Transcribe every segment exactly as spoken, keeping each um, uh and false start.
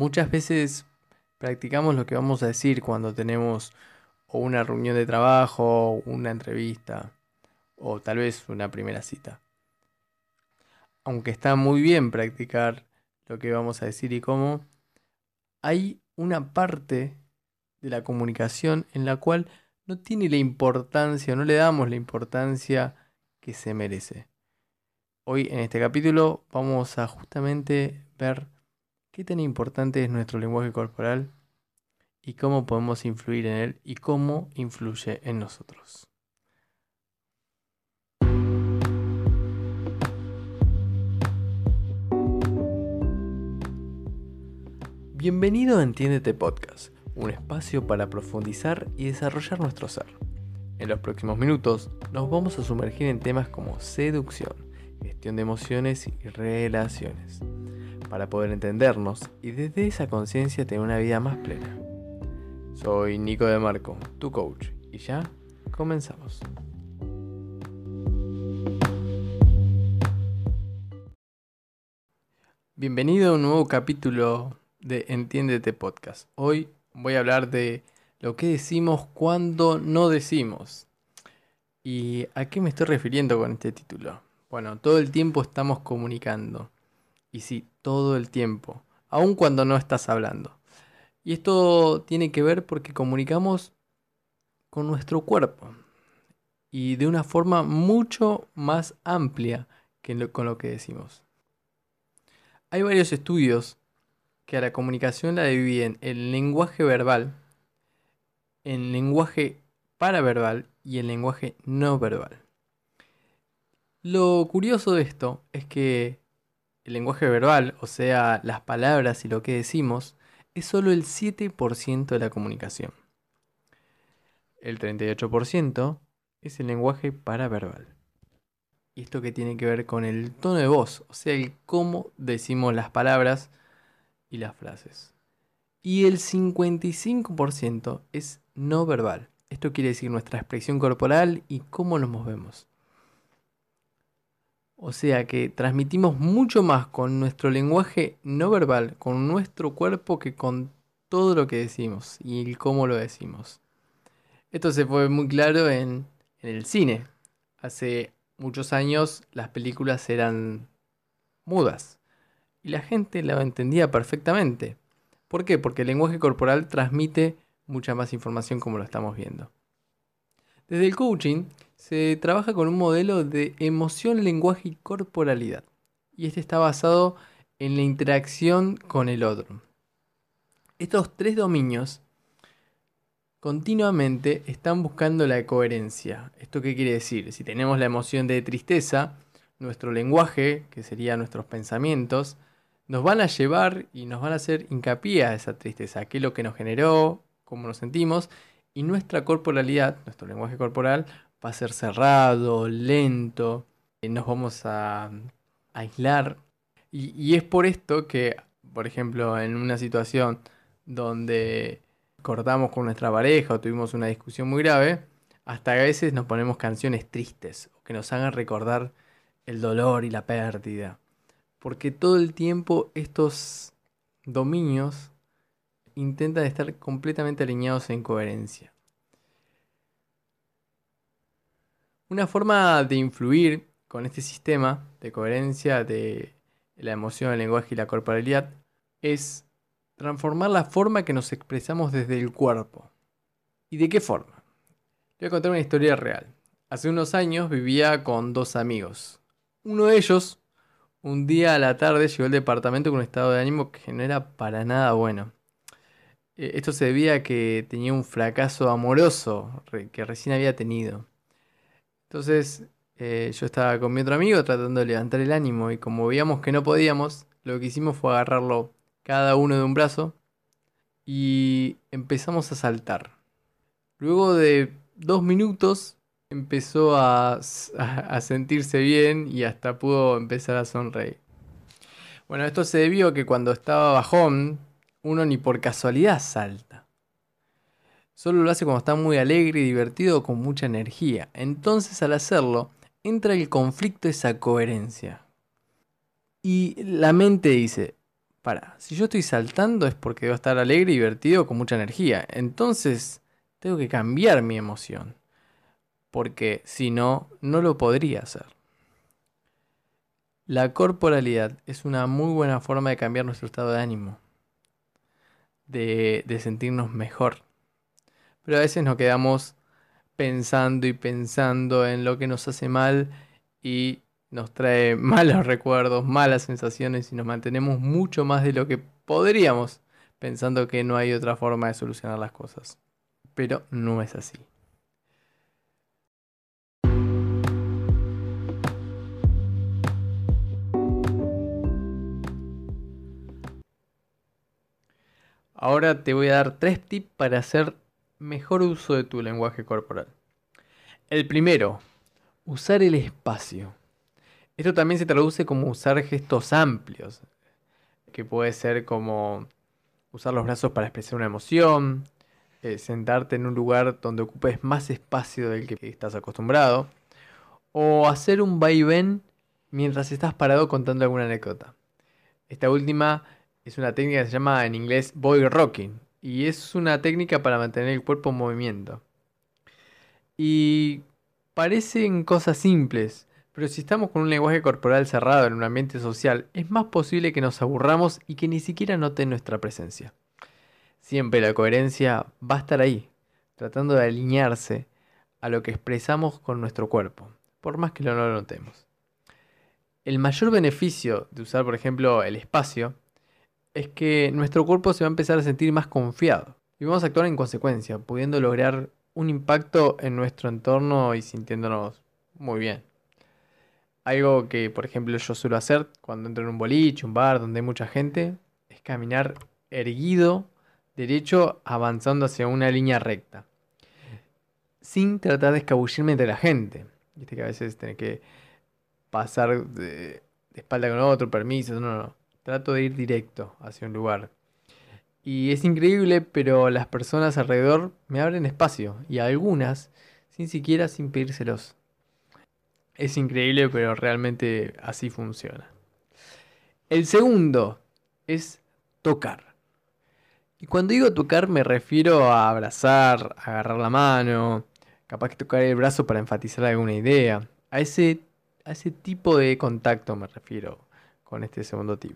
Muchas veces practicamos lo que vamos a decir cuando tenemos o una reunión de trabajo, una entrevista o tal vez una primera cita. Aunque está muy bien practicar lo que vamos a decir y cómo, hay una parte de la comunicación en la cual no tiene la importancia, no le damos la importancia que se merece. Hoy en este capítulo vamos a justamente ver qué tan importante es nuestro lenguaje corporal y cómo podemos influir en él y cómo influye en nosotros. Bienvenido a Entiéndete Podcast, un espacio para profundizar y desarrollar nuestro ser. En los próximos minutos nos vamos a sumergir en temas como seducción, gestión de emociones y relaciones, para poder entendernos y desde esa conciencia tener una vida más plena. Soy Nico de Marco, tu coach, y ya comenzamos. Bienvenido a un nuevo capítulo de Entiéndete Podcast. Hoy voy a hablar de lo que decimos cuando no decimos. ¿Y a qué me estoy refiriendo con este título? Bueno, todo el tiempo estamos comunicando. Y sí, todo el tiempo, aun cuando no estás hablando. Y esto tiene que ver porque comunicamos con nuestro cuerpo y de una forma mucho más amplia que lo- con lo que decimos. Hay varios estudios que a la comunicación la dividen en lenguaje verbal, en lenguaje paraverbal y en lenguaje no verbal. Lo curioso de esto es que el lenguaje verbal, o sea, las palabras y lo que decimos, es solo el siete por ciento de la comunicación. El treinta y ocho por ciento es el lenguaje paraverbal. Y esto que tiene que ver con el tono de voz, o sea, el cómo decimos las palabras y las frases. Y el cincuenta y cinco por ciento es no verbal. Esto quiere decir nuestra expresión corporal y cómo nos movemos. O sea que transmitimos mucho más con nuestro lenguaje no verbal, con nuestro cuerpo, que con todo lo que decimos y el cómo lo decimos. Esto se fue muy claro en, en el cine. Hace muchos años las películas eran mudas y la gente la entendía perfectamente. ¿Por qué? Porque el lenguaje corporal transmite mucha más información como lo estamos viendo. Desde el coaching se trabaja con un modelo de emoción, lenguaje y corporalidad. Y este está basado en la interacción con el otro. Estos tres dominios continuamente están buscando la coherencia. ¿Esto qué quiere decir? Si tenemos la emoción de tristeza, nuestro lenguaje, que serían nuestros pensamientos, nos van a llevar y nos van a hacer hincapié a esa tristeza, qué es lo que nos generó, cómo nos sentimos, y nuestra corporalidad, nuestro lenguaje corporal, va a ser cerrado, lento, y nos vamos a aislar. Y, y es por esto que, por ejemplo, en una situación donde cortamos con nuestra pareja o tuvimos una discusión muy grave, hasta a veces nos ponemos canciones tristes o que nos hagan recordar el dolor y la pérdida. Porque todo el tiempo estos dominios intentan estar completamente alineados en coherencia. Una forma de influir con este sistema de coherencia de la emoción, el lenguaje y la corporalidad es transformar la forma que nos expresamos desde el cuerpo. ¿Y de qué forma? Te voy a contar una historia real. Hace unos años vivía con dos amigos. Uno de ellos, un día a la tarde, llegó al departamento con un estado de ánimo que no era para nada bueno. Eh, Esto se debía a que tenía un fracaso amoroso re- que recién había tenido. Entonces, eh, yo estaba con mi otro amigo tratando de levantar el ánimo y como veíamos que no podíamos, lo que hicimos fue agarrarlo cada uno de un brazo y empezamos a saltar. Luego de dos minutos empezó a, s- a- a sentirse bien y hasta pudo empezar a sonreír. Bueno, esto se debió a que cuando estaba bajón, uno ni por casualidad salta. Solo lo hace cuando está muy alegre y divertido o con mucha energía. Entonces al hacerlo, entra el conflicto, esa coherencia. Y la mente dice, para, si yo estoy saltando es porque debo estar alegre y divertido con mucha energía. Entonces, tengo que cambiar mi emoción. Porque si no, no lo podría hacer. La corporalidad es una muy buena forma de cambiar nuestro estado de ánimo. De, de sentirnos mejor. Pero a veces nos quedamos pensando y pensando en lo que nos hace mal y nos trae malos recuerdos, malas sensaciones y nos mantenemos mucho más de lo que podríamos pensando que no hay otra forma de solucionar las cosas. Pero no es así. Ahora te voy a dar tres tips para hacer mejor uso de tu lenguaje corporal. El primero, usar el espacio. Esto también se traduce como usar gestos amplios, que puede ser como usar los brazos para expresar una emoción, eh, sentarte en un lugar donde ocupes más espacio del que estás acostumbrado, o hacer un vaivén mientras estás parado contando alguna anécdota. Esta última es una técnica que se llama en inglés body rocking, y es una técnica para mantener el cuerpo en movimiento. Y parecen cosas simples, pero si estamos con un lenguaje corporal cerrado en un ambiente social, es más posible que nos aburramos y que ni siquiera noten nuestra presencia. Siempre la coherencia va a estar ahí, tratando de alinearse a lo que expresamos con nuestro cuerpo, por más que no lo notemos. El mayor beneficio de usar, por ejemplo, el espacio es que nuestro cuerpo se va a empezar a sentir más confiado y vamos a actuar en consecuencia, pudiendo lograr un impacto en nuestro entorno y sintiéndonos muy bien. Algo que, por ejemplo, yo suelo hacer cuando entro en un boliche, un bar donde hay mucha gente, es caminar erguido, derecho, avanzando hacia una línea recta, sin tratar de escabullirme entre la gente. Viste que a veces tenés que pasar de, de espalda con otro, permiso, no, no. Trato de ir directo hacia un lugar. Y es increíble, pero las personas alrededor me abren espacio, y algunas sin siquiera sin pedírselos. Es increíble, pero realmente así funciona. El segundo es tocar. Y cuando digo tocar me refiero a abrazar, agarrar la mano, capaz que tocar el brazo para enfatizar alguna idea. A ese, a ese tipo de contacto me refiero con este segundo tip.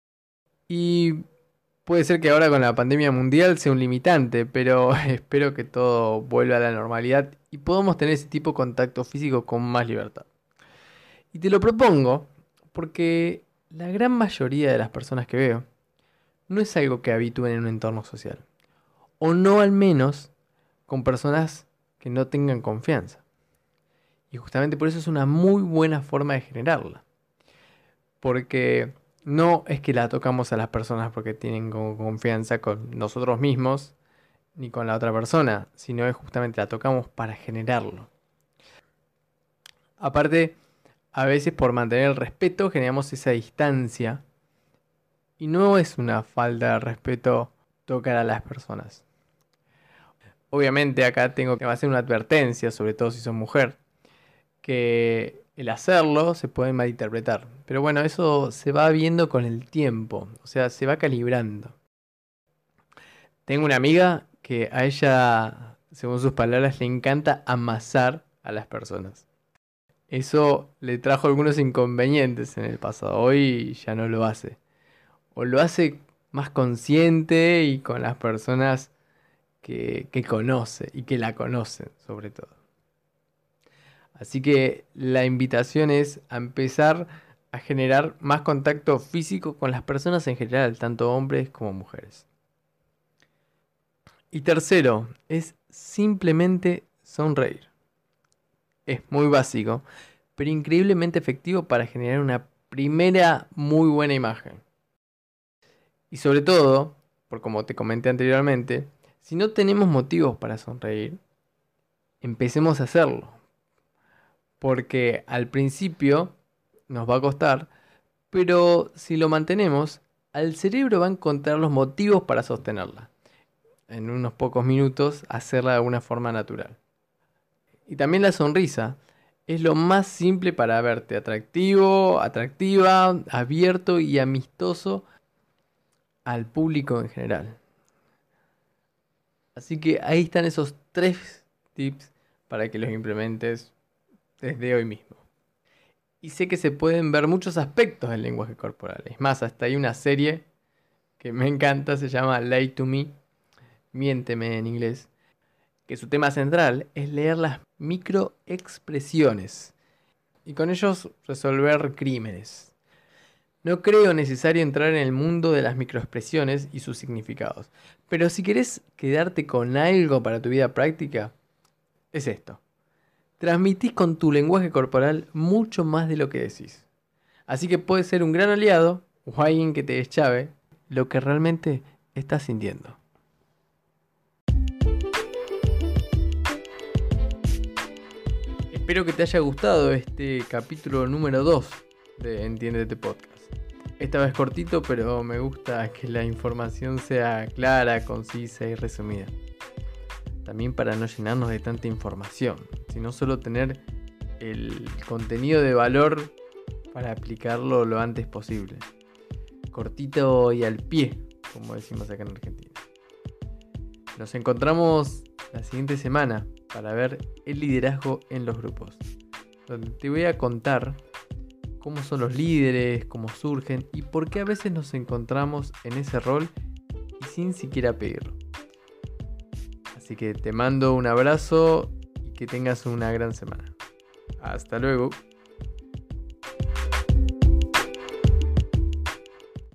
Y puede ser que ahora con la pandemia mundial sea un limitante, pero espero que todo vuelva a la normalidad y podamos tener ese tipo de contacto físico con más libertad. Y te lo propongo porque la gran mayoría de las personas que veo no es algo que habitúen en un entorno social. O no al menos con personas que no tengan confianza. Y justamente por eso es una muy buena forma de generarla. Porque no es que la tocamos a las personas porque tienen confianza con nosotros mismos ni con la otra persona, sino es justamente la tocamos para generarlo. Aparte, a veces por mantener el respeto generamos esa distancia. Y no es una falta de respeto tocar a las personas. Obviamente acá tengo que hacer una advertencia, sobre todo si son mujer, que el hacerlo se puede malinterpretar. Pero bueno, eso se va viendo con el tiempo, o sea, se va calibrando. Tengo una amiga que a ella, según sus palabras, le encanta amasar a las personas. Eso le trajo algunos inconvenientes en el pasado, hoy ya no lo hace. O lo hace más consciente y con las personas que, que conoce y que la conocen sobre todo. Así que la invitación es a empezar a generar más contacto físico con las personas en general, tanto hombres como mujeres. Y tercero, es simplemente sonreír. Es muy básico, pero increíblemente efectivo para generar una primera muy buena imagen. Y sobre todo, por como te comenté anteriormente, si no tenemos motivos para sonreír, empecemos a hacerlo. Porque al principio nos va a costar, pero si lo mantenemos, al cerebro va a encontrar los motivos para sostenerla. En unos pocos minutos, hacerla de alguna forma natural. Y también la sonrisa es lo más simple para verte atractivo, atractiva, abierto y amistoso al público en general. Así que ahí están esos tres tips para que los implementes desde hoy mismo. Y sé que se pueden ver muchos aspectos del lenguaje corporal. Es más, hasta hay una serie que me encanta, se llama Lie to Me, Miénteme en inglés, que su tema central es leer las microexpresiones y con ellos resolver crímenes. No creo necesario entrar en el mundo de las microexpresiones y sus significados, pero si querés quedarte con algo para tu vida práctica, es esto. Transmitís con tu lenguaje corporal mucho más de lo que decís. Así que puede ser un gran aliado o alguien que te deschave lo que realmente estás sintiendo. Espero que te haya gustado este capítulo número dos de Entiéndete Podcast. Esta vez cortito, pero me gusta que la información sea clara, concisa y resumida. También para no llenarnos de tanta información, sino solo tener el contenido de valor para aplicarlo lo antes posible. Cortito y al pie, como decimos acá en Argentina. Nos encontramos la siguiente semana para ver el liderazgo en los grupos, donde te voy a contar cómo son los líderes, cómo surgen y por qué a veces nos encontramos en ese rol y sin siquiera pedirlo. Así que te mando un abrazo y que tengas una gran semana. Hasta luego.